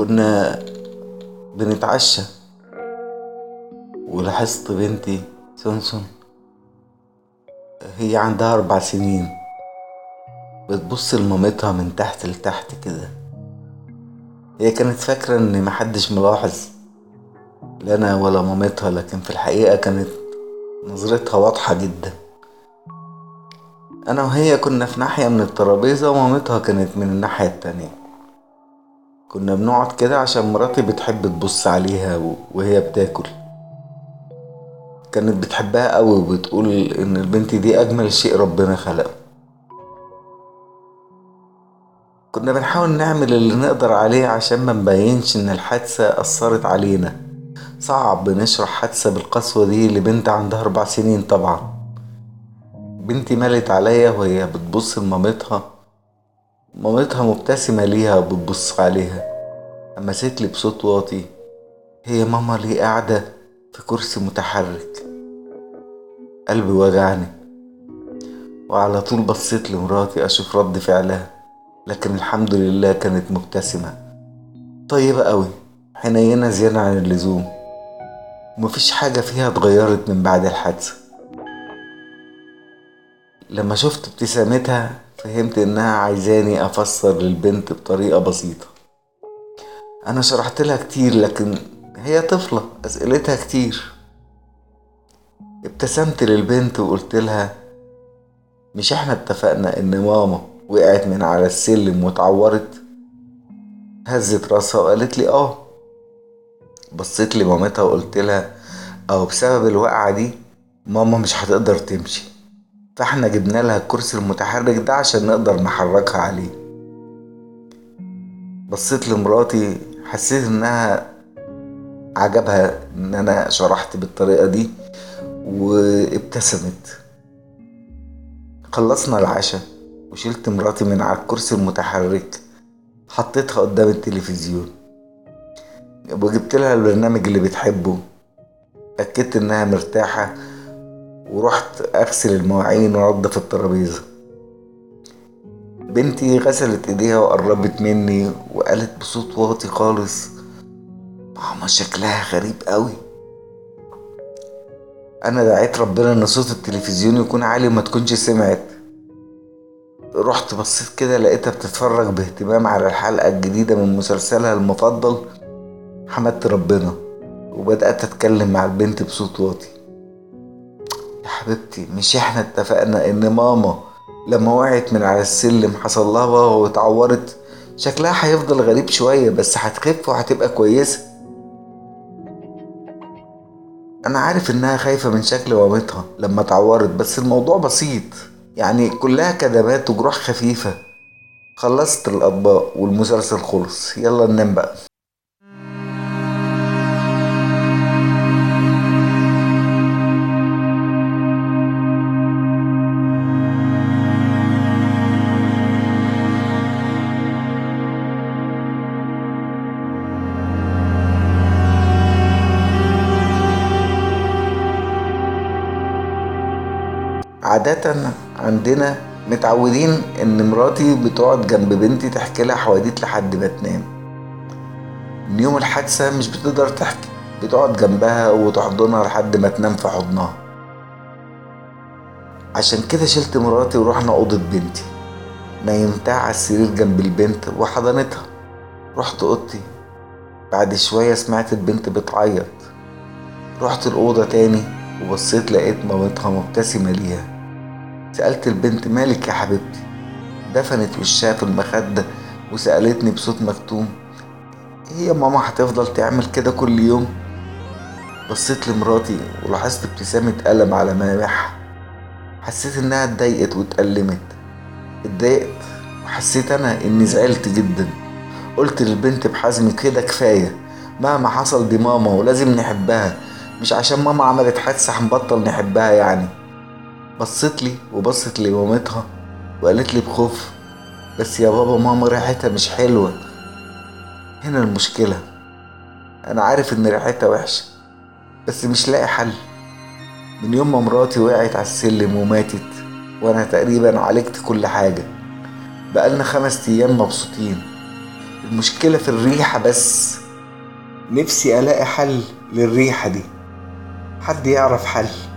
كنا بنتعشى ولاحظت بنتي سونسون، هي عندها 4 سنين، بتبص لمامتها من تحت لتحت كده. هي كانت فاكرة ان محدش ملاحظ، لا انا ولا مامتها، لكن في الحقيقة كانت نظرتها واضحة جدا. انا وهي كنا في ناحية من الترابيزة ومامتها كانت من الناحية التانية. كنا بنقعد كده عشان مراتي بتحب تبص عليها وهي بتاكل. كانت بتحبها قوي وبتقول ان البنت دي اجمل شيء ربنا خلقه. كنا بنحاول نعمل اللي نقدر عليه عشان ما نبينش ان الحادثة اثرت علينا. صعب نشرح حادثة بالقسوة دي لبنت عندها 4 سنين طبعا. بنتي مالت عليا وهي بتبص لمامتها، مامتها مبتسمة ليها وبتبص عليها. همست لي بصوت واطي: هي ماما ليه قاعدة في كرسي متحرك؟ قلبي وجعني، وعلى طول بصيت لمراتي اشوف رد فعلها، لكن الحمد لله كانت مبتسمة طيبة قوي، حنينة زيادة عن اللزوم، ومفيش حاجة فيها اتغيرت من بعد الحادثة. لما شفت ابتسامتها فهمت انها عايزاني افسر للبنت بطريقة بسيطة. انا شرحت لها كتير، لكن هي طفلة اسئلتها كتير. ابتسمت للبنت وقلت لها: مش احنا اتفقنا ان ماما وقعت من على السلم واتعورت؟ هزت راسها وقالت لي اه. بصيت لي مامتها وقلت لها: او بسبب الوقعة دي ماما مش هتقدر تمشي، فاحنا جبنا لها الكرسي المتحرك ده عشان نقدر نحركها عليه. بصيت لمراتي، حسيت انها عجبها ان انا شرحت بالطريقة دي وابتسمت. خلصنا العشاء وشلت مراتي من على الكرسي المتحرك، حطيتها قدام التلفزيون وجبت لها البرنامج اللي بتحبه. اتأكدت انها مرتاحة ورحت اغسل المواعين وانضف الترابيزة. بنتي غسلت ايديها وقربت مني وقالت بصوت واطي خالص: ماما شكلها غريب قوي. انا دعيت ربنا ان صوت التلفزيون يكون عالي وما تكونش سمعت. رحت بصيت كده لقيتها بتتفرج باهتمام على الحلقة الجديدة من مسلسلها المفضل. حمدت ربنا وبدأت اتكلم مع البنت بصوت واطي: يا حبيبتي، مش احنا اتفقنا ان ماما لما وقعت من على السلم حصل لها وهو اتعورت؟ شكلها هيفضل غريب شوية بس هتخف وهتبقى كويسة. انا عارف انها خايفة من شكل مامتها لما اتعورت، بس الموضوع بسيط، يعني كلها كدمات وجروح خفيفة. خلصت الاطباق والمسلسل خلص، يلا ننام بقى. عادة عندنا متعودين ان مراتي بتقعد جنب بنتي تحكي لها حواديت لحد ما تنام. من يوم الحادثة مش بتقدر تحكي، بتقعد جنبها وتحضنها لحد ما تنام في حضنها. عشان كده شلت مراتي ورحنا أوضة بنتي، نيمتها على السرير جنب البنت وحضنتها. رحت أوضتي، بعد شوية سمعت البنت بتعيط. رحت الأوضة تاني وبصيت لقيت مامتها مبتسمة ليها. سألت البنت: مالك يا حبيبتي؟ دفنت وشها في المخدة وسألتني بصوت مكتوم: هي ماما هتفضل تعمل كده كل يوم؟ بصيت لمراتي ولاحظت ابتسامة ألم على ملامحها. حسيت انها اتضايقت واتألمت. اتضايقت وحسيت انا اني زعلت جدا. قلت للبنت بحزم: كده كفاية، مهما حصل دي ماما ولازم نحبها، مش عشان ماما عملت حادثة هنبطل نحبها يعني. بصت لي وبصت لمامتها وقالت لي بخوف: بس يا بابا ماما ريحتها مش حلوة. هنا المشكلة، انا عارف ان ريحتها وحشة بس مش لاقي حل. من يوم ما مراتي وقعت على السلم وماتت وانا تقريبا عالجت كل حاجة. بقالنا 5 ايام مبسوطين، المشكلة في الريحة بس. نفسي ألاقي حل للريحة دي، حد يعرف حل.